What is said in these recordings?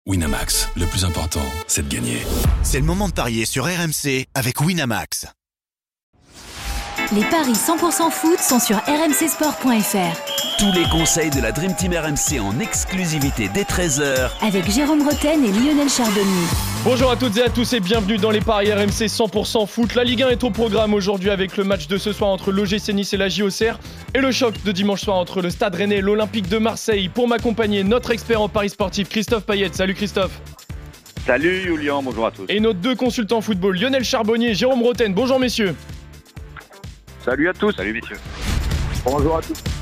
Winamax, le plus important, c'est de gagner. C'est le moment de parier sur RMC avec Winamax. Les paris 100% foot sont sur rmcsport.fr. Tous les conseils de la Dream Team RMC en exclusivité dès 13h Avec Jérôme Roten et Lionel Charbonnier. Bonjour à toutes et à tous et bienvenue dans les paris RMC 100% foot. La Ligue 1 est au programme aujourd'hui avec le match de ce soir entre l'OGC Nice et la JOCR et le choc de dimanche soir entre le Stade Rennais et l'Olympique de Marseille. Pour m'accompagner, notre expert en paris sportif Christophe Payet. Salut Christophe. Salut Julien, bonjour à tous. Et nos deux consultants football, Lionel Charbonnier et Jérôme Roten. Bonjour messieurs. Salut à tous. Salut messieurs. Bonjour à tous.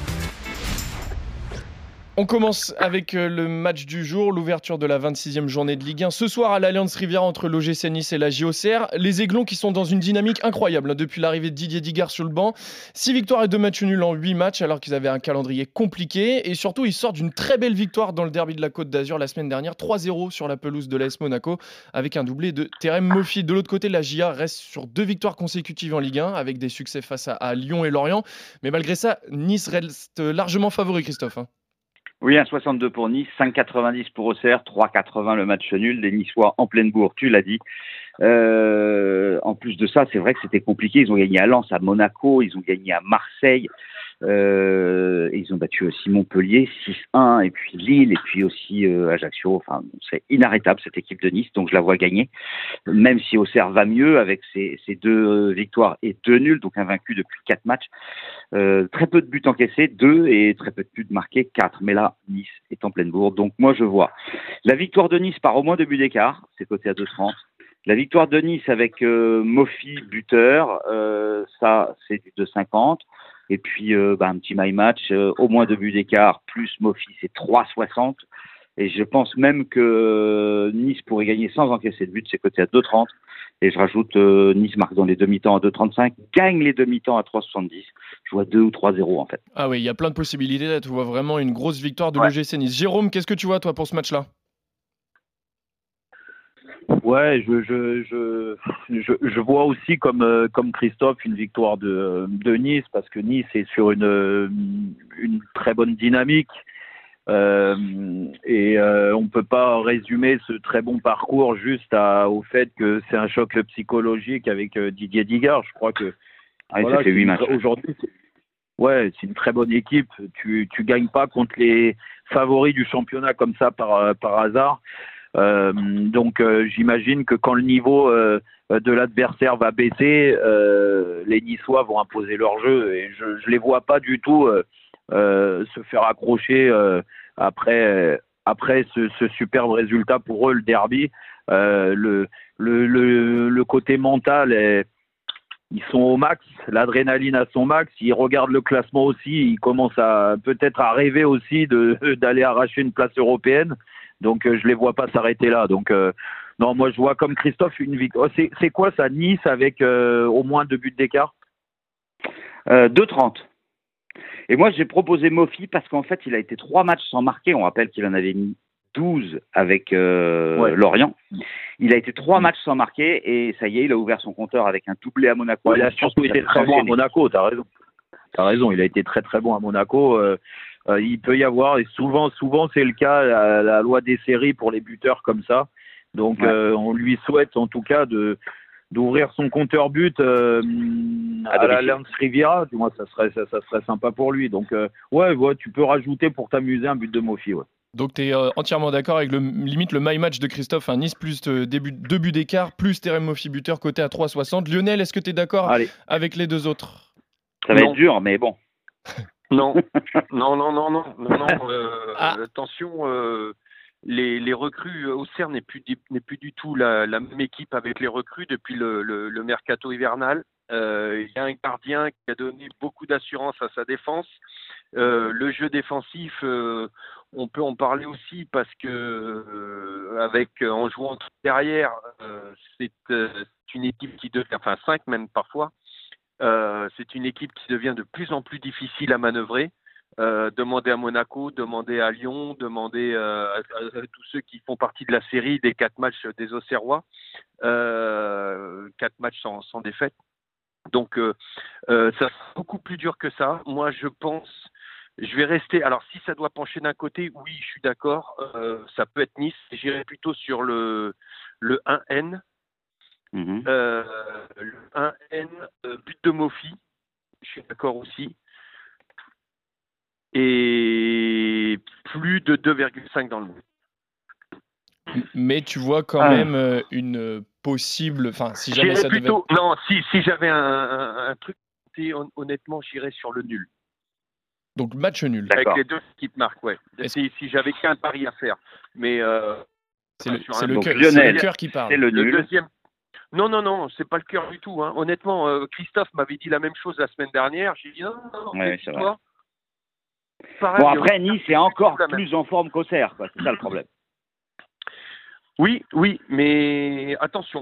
On commence avec le match du jour, l'ouverture de la 26e journée de Ligue 1. Ce soir à l'Allianz Riviera entre l'OGC Nice et la JOCR. Les Aiglons qui sont dans une dynamique incroyable depuis l'arrivée de Didier Digard sur le banc. 6 victoires et 2 matchs nuls en 8 matchs alors qu'ils avaient un calendrier compliqué. Et surtout, ils sortent d'une très belle victoire dans le derby de la Côte d'Azur la semaine dernière. 3-0 sur la pelouse de l'AS Monaco avec un doublé de Terem Moffi. De l'autre côté, la JA reste sur 2 victoires consécutives en Ligue 1 avec des succès face à Lyon et Lorient. Mais malgré ça, Nice reste largement favori, Christophe. Oui, 1,62 pour Nice, 5,90 pour Auxerre, 3,80 le match nul, les Niçois en pleine bourre, tu l'as dit. En plus de ça, c'est vrai que c'était compliqué, ils ont gagné à Lens, à Monaco, ils ont gagné à Marseille, ils ont battu aussi Montpellier, 6-1, et puis Lille, et puis aussi Ajaccio, enfin c'est inarrêtable cette équipe de Nice, donc je la vois gagner, même si Auxerre va mieux avec ses 2 victoires et 2 nuls, donc invaincu depuis 4 matchs. Très peu de buts encaissés, 2 et très peu de buts marqués, 4. Mais là, Nice est en pleine bourre. Donc moi, je vois la victoire de Nice par au moins 2 buts d'écart. C'est coté à 2,30. La victoire de Nice avec Moffi, buteur. Ça, c'est du 2,50. Et puis, un petit my match, au moins 2 buts d'écart, plus Moffi, c'est 3,60. Et je pense même que Nice pourrait gagner sans encaisser de but. C'est coté à 2,30. Et je rajoute Nice marque dans les demi-temps à 2,35, gagne les demi-temps à 3,70. Je vois 2 ou 3-0 en fait. Ah oui, il y a plein de possibilités là. Tu vois vraiment une grosse victoire de l'OGC Nice. Jérôme, qu'est-ce que tu vois toi pour ce match-là ? Ouais, je vois aussi comme Christophe une victoire de Nice parce que Nice est sur une très bonne dynamique. On peut pas résumer ce très bon parcours juste au fait que c'est un choc psychologique avec Didier Digard. Je crois que ça fait 8 matchs. Aujourd'hui, c'est une très bonne équipe. Tu gagnes pas contre les favoris du championnat comme ça par hasard. Donc j'imagine que quand le niveau de l'adversaire va baisser, les Niçois vont imposer leur jeu et je les vois pas du tout se faire accrocher après ce superbe résultat pour eux, le derby. Le côté mental, ils sont au max, l'adrénaline à son max, ils regardent le classement aussi, ils commencent peut-être à rêver aussi d'aller arracher une place européenne, donc je les vois pas s'arrêter là. Donc non, moi je vois comme Christophe une victoire. C'est quoi ça, Nice avec au moins 2 buts d'écart? 2,30. Et moi, j'ai proposé Moffi parce qu'en fait, il a été 3 matchs sans marquer. On rappelle qu'il en avait mis 12 avec Lorient. Il a été 3 matchs sans marquer et ça y est, il a ouvert son compteur avec un doublé à Monaco. Il a surtout été très bon à Monaco, t'as raison. Il a été très très bon à Monaco. Il peut y avoir, et souvent c'est le cas, la loi des séries pour les buteurs comme ça. Donc on lui souhaite en tout cas d'ouvrir son compteur but à l'Allianz Riviera, moi ça serait sympa pour lui. Donc tu peux rajouter pour t'amuser un but de Moffi. Ouais. Donc tu es entièrement d'accord avec le my match de Christophe, Nice plus 2 buts d'écart plus Terem Moffi buteur côté à 3,60. Lionel, est-ce que tu es d'accord avec les deux autres ? Ça va être dur, mais bon. Non. Attention. Les recrues, Auxerre n'est plus du tout la même équipe avec les recrues depuis le mercato hivernal. Il y a un gardien qui a donné beaucoup d'assurance à sa défense. Le jeu défensif, on peut en parler aussi parce que en jouant derrière, c'est une équipe qui devient, 5 même parfois, c'est une équipe qui devient de plus en plus difficile à manœuvrer. Demandez à Monaco, demandez à Lyon, demandez à tous ceux qui font partie de la série des 4 matchs des Auxerrois, 4 matchs sans défaite. Donc ça sera beaucoup plus dur que ça. Moi je pense Je vais rester. Alors, si ça doit pencher d'un côté, oui, je suis d'accord. Ça peut être Nice. J'irai plutôt sur le 1N. Le 1N, but de Mofi. Je suis d'accord aussi. Et plus de 2,5 dans le but. Mais tu vois quand même une possible. Enfin, si jamais ça plutôt, devait. Non, si j'avais un truc, honnêtement, j'irais sur le nul. Donc match nul. Avec les deux équipes marquent, ouais. Si j'avais qu'un pari à faire. Mais c'est le cœur qui parle. C'est le nul. Deuxième. Non, c'est pas le cœur du tout. Hein. Honnêtement, Christophe m'avait dit la même chose la semaine dernière. J'ai dit non, c'est vrai. Pareil, bon, après, Nice est encore plus en forme qu'Auxerre, quoi. C'est ça le problème. Oui, mais attention,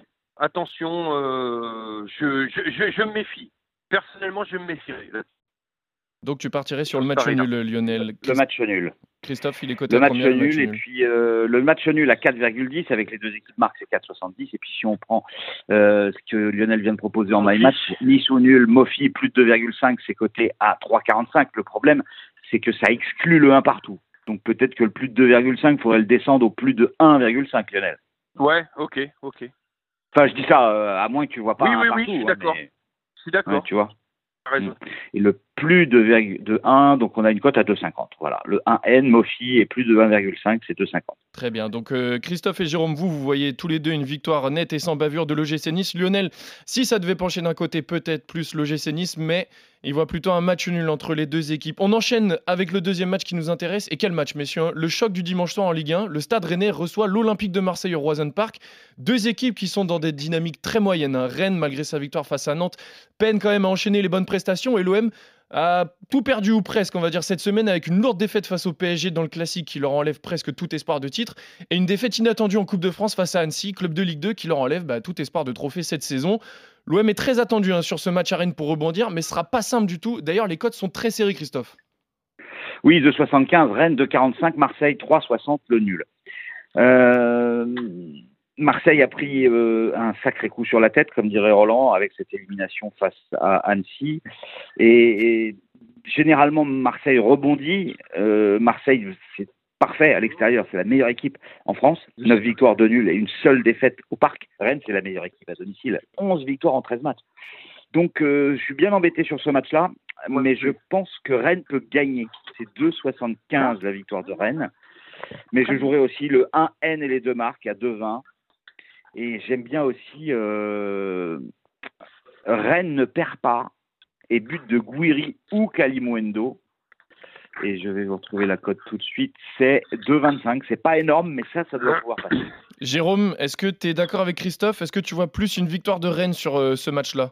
je me méfie. Personnellement, je me méfierais. Donc tu partirais sur le match nul, Lionel. Le match nul. Christophe, il est coté à combien, le match nul? Et puis le match nul à 4,10 avec les deux équipes marques, c'est 4,70. Et puis si on prend ce que Lionel vient de proposer en my match, Nice ou nul, Mofi plus de 2,5, c'est coté à 3,45. Le problème, c'est que ça exclut le 1 partout. Donc peut-être que le plus de 2,5, il faudrait le descendre au plus de 1,5, Lionel. Ouais, ok. Enfin, je dis ça à moins que tu vois pas un partout. Oui, je suis d'accord. Je suis d'accord. Ouais, tu vois. Et le plus de 1, donc on a une cote à 2,50. Voilà, le 1N, Mofi, et plus de 1,5, c'est 2,50. Très bien. Donc Christophe et Jérôme, vous voyez tous les deux une victoire nette et sans bavure de l'OGC Nice. Lionel, si ça devait pencher d'un côté, peut-être plus l'OGC Nice, mais il voit plutôt un match nul entre les deux équipes. On enchaîne avec le deuxième match qui nous intéresse. Et quel match, messieurs? Le choc du dimanche soir en Ligue 1. Le Stade Rennais reçoit l'Olympique de Marseille au Roison Park. Deux équipes qui sont dans des dynamiques très moyennes. Rennes, malgré sa victoire face à Nantes, peine quand même à enchaîner les bonnes prestations. Et l'OM a tout perdu ou presque, on va dire, cette semaine avec une lourde défaite face au PSG dans le classique qui leur enlève presque tout espoir de titre et une défaite inattendue en Coupe de France face à Annecy, club de Ligue 2 qui leur enlève tout espoir de trophée cette saison. L'OM est très attendu sur ce match à Rennes pour rebondir, mais ce sera pas simple du tout. D'ailleurs, les cotes sont très serrées, Christophe. Oui, 2,75, Rennes 2,45, Marseille 3,60, le nul. Marseille a pris un sacré coup sur la tête, comme dirait Roland, avec cette élimination face à Annecy. Et généralement, Marseille rebondit. Marseille, c'est parfait à l'extérieur. C'est la meilleure équipe en France. 9 victoires, 2 nuls et une seule défaite au Parc. Rennes, c'est la meilleure équipe à domicile. 11 victoires en 13 matchs. Donc, je suis bien embêté sur ce match-là. Mais je pense que Rennes peut gagner. C'est 2,75 la victoire de Rennes. Mais je jouerai aussi le 1N et les deux marques à 2,20. Et j'aime bien aussi Rennes ne perd pas et but de Gouiri ou Kalimuendo. Et je vais vous retrouver la cote tout de suite. C'est 2,25. C'est pas énorme, mais ça doit pouvoir passer. Jérôme, est-ce que tu es d'accord avec Christophe? Est-ce que tu vois plus une victoire de Rennes sur ce match-là?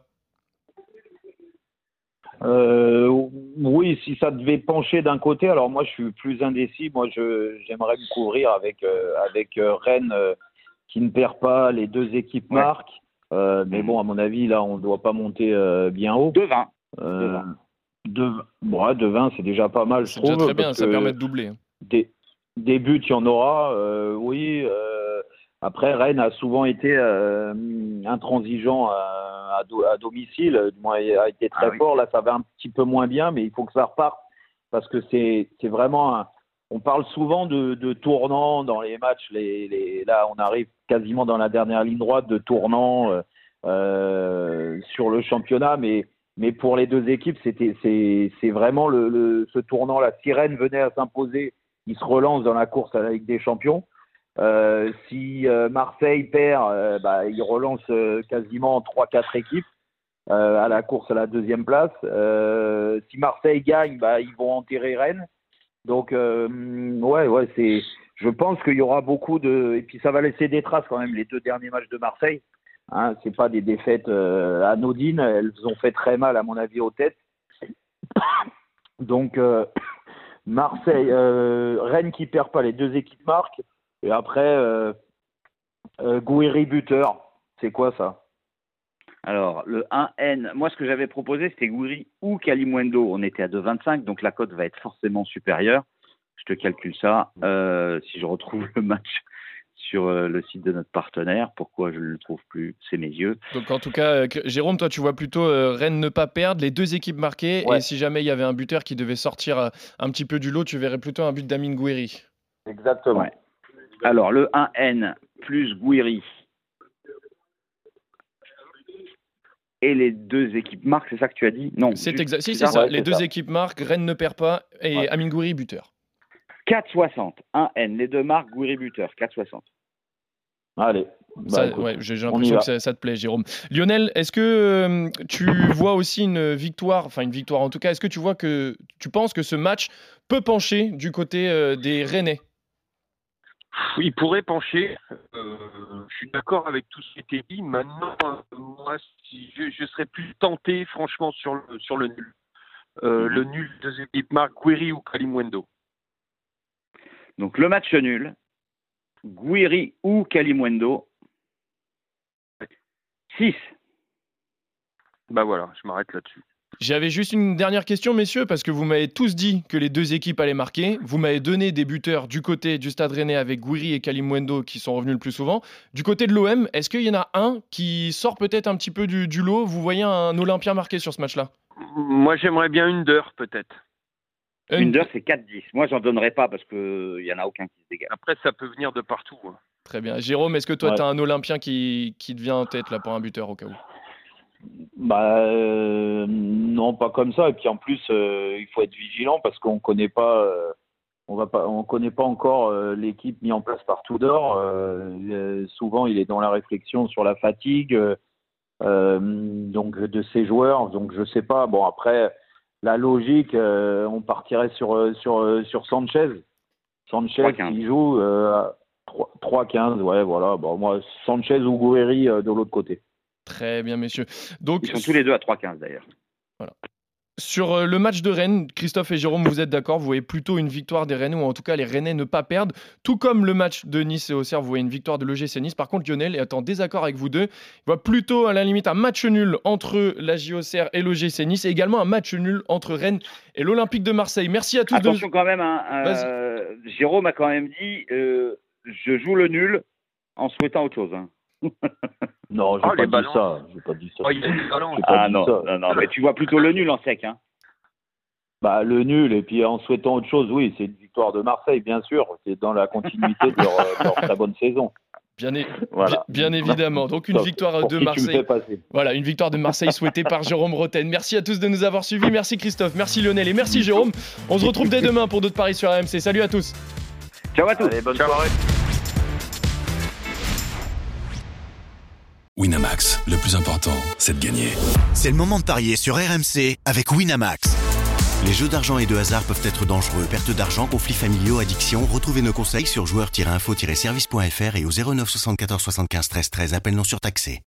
Oui, si ça devait pencher d'un côté, alors moi je suis plus indécis. Moi j'aimerais me couvrir avec Rennes qui ne perd pas, les deux équipes marquent. Mais bon, à mon avis, là, on ne doit pas monter bien haut. 2,20. 2,20, c'est déjà pas mal, je trouve. C'est déjà très bien, ça permet de doubler. Des buts, il y en aura, oui. Après, Rennes a souvent été intransigeant à domicile. Du moins, il a été très fort. Là, ça va un petit peu moins bien, mais il faut que ça reparte. Parce que c'est vraiment on parle souvent de tournant dans les matchs. Là, on arrive quasiment dans la dernière ligne droite de tournant sur le championnat. Mais pour les deux équipes, c'est vraiment ce tournant-là. Si Rennes venait à s'imposer, il se relance dans la course à la Ligue des Champions. Si Marseille perd, il relance quasiment 3-4 équipes à la course à la deuxième place. Si Marseille gagne, ils vont enterrer Rennes. Donc, je pense qu'il y aura beaucoup de... Et puis, ça va laisser des traces quand même, les deux derniers matchs de Marseille. C'est pas des défaites anodines. Elles ont fait très mal, à mon avis, aux têtes. Donc, Marseille, Rennes qui perd pas, les deux équipes marquent. Et après, Gouiri buteur. C'est quoi ça? Alors, le 1N, moi ce que j'avais proposé, c'était Gouiri ou Kalimuendo. On était à 2,25, donc la cote va être forcément supérieure. Je te calcule ça. Si je retrouve le match sur le site de notre partenaire. Pourquoi je ne le trouve plus? C'est mes yeux. Donc en tout cas, Jérôme, toi tu vois plutôt Rennes ne pas perdre, les deux équipes marquées, et si jamais il y avait un buteur qui devait sortir un petit peu du lot, tu verrais plutôt un but d'Amine Gouiri. Exactement. Ouais. Alors le 1N plus Gouiri et les deux équipes marquent, c'est ça que tu as dit? Non. C'est exact. Si, c'est ça. Les deux équipes marquent, Rennes ne perd pas et Amine Gouiri buteur. 4,60. 1N, les deux marques, Gouiri buteur, 4,60. Allez. J'ai l'impression que ça te plaît, Jérôme. Lionel, est-ce que tu vois aussi une victoire en tout cas, est-ce que tu penses que ce match peut pencher du côté des Rennais? Il pourrait pencher. Je suis d'accord avec tout ce qui était dit. Maintenant, moi, je serais plus tenté, franchement, sur le nul. Le nul des équipes marques, Gouiri ou Kalimuendo. Donc le match nul, Gouiri ou Kalimuendo, 6. Bah voilà, je m'arrête là-dessus. J'avais juste une dernière question, messieurs, parce que vous m'avez tous dit que les deux équipes allaient marquer. Vous m'avez donné des buteurs du côté du Stade Rennais avec Gouiri et Kalimuendo qui sont revenus le plus souvent. Du côté de l'OM, est-ce qu'il y en a un qui sort peut-être un petit peu du lot? Vous voyez un Olympien marqué sur ce match-là? Moi, j'aimerais bien Under, peut-être. Under, c'est 4-10. Moi, j'en donnerais pas parce qu'il n'y en a aucun qui se dégage. Après, ça peut venir de partout. Hein. Très bien. Jérôme, est-ce que toi, tu as un Olympien qui te vient en tête là, pour un buteur au cas où? Non, pas comme ça. Et puis en plus, il faut être vigilant parce qu'on connaît pas, on connaît pas encore l'équipe mise en place par Tudor. Souvent, il est dans la réflexion sur la fatigue, donc de ses joueurs. Donc je sais pas. Bon après, la logique, on partirait sur Sanchez. Sanchez qui joue 3-15. Ouais, voilà. Bon, moi, Sanchez ou Gouiri de l'autre côté. Très bien, messieurs. Donc, ils sont tous les deux à 3-15 d'ailleurs. Voilà. Sur le match de Rennes, Christophe et Jérôme, vous êtes d'accord? Vous voyez plutôt une victoire des Rennais, ou en tout cas les Rennais ne pas perdre. Tout comme le match de Nice et Auxerre, vous voyez une victoire de l'OGC Nice. Par contre, Lionel est en désaccord avec vous deux. Il voit plutôt à la limite un match nul entre la JOCR et l'OGC Nice, et également un match nul entre Rennes et l'Olympique de Marseille. Merci à tous. Attention quand même, Jérôme a quand même dit je joue le nul en souhaitant autre chose. Hein. Non, j'ai pas dit ça. J'ai pas dit ça. Non, mais tu vois plutôt le nul en sec, hein. Bah le nul et puis en souhaitant autre chose, oui, c'est une victoire de Marseille, bien sûr. C'est dans la continuité de leur très bonne saison. Bien évidemment. Donc une victoire de Marseille. Voilà, une victoire de Marseille souhaitée par Jérôme Roten. Merci à tous de nous avoir suivis. Merci Christophe, merci Lionel et merci Jérôme. On se retrouve dès demain pour d'autres paris sur RMC. Salut à tous. Ciao à tous. Allez, bonne soirée. Winamax, le plus important, c'est de gagner. C'est le moment de parier sur RMC avec Winamax. Les jeux d'argent et de hasard peuvent être dangereux. Perte d'argent, conflits familiaux, addiction. Retrouvez nos conseils sur joueurs-info-service.fr et au 09 74 75 13 13. Appel non surtaxé.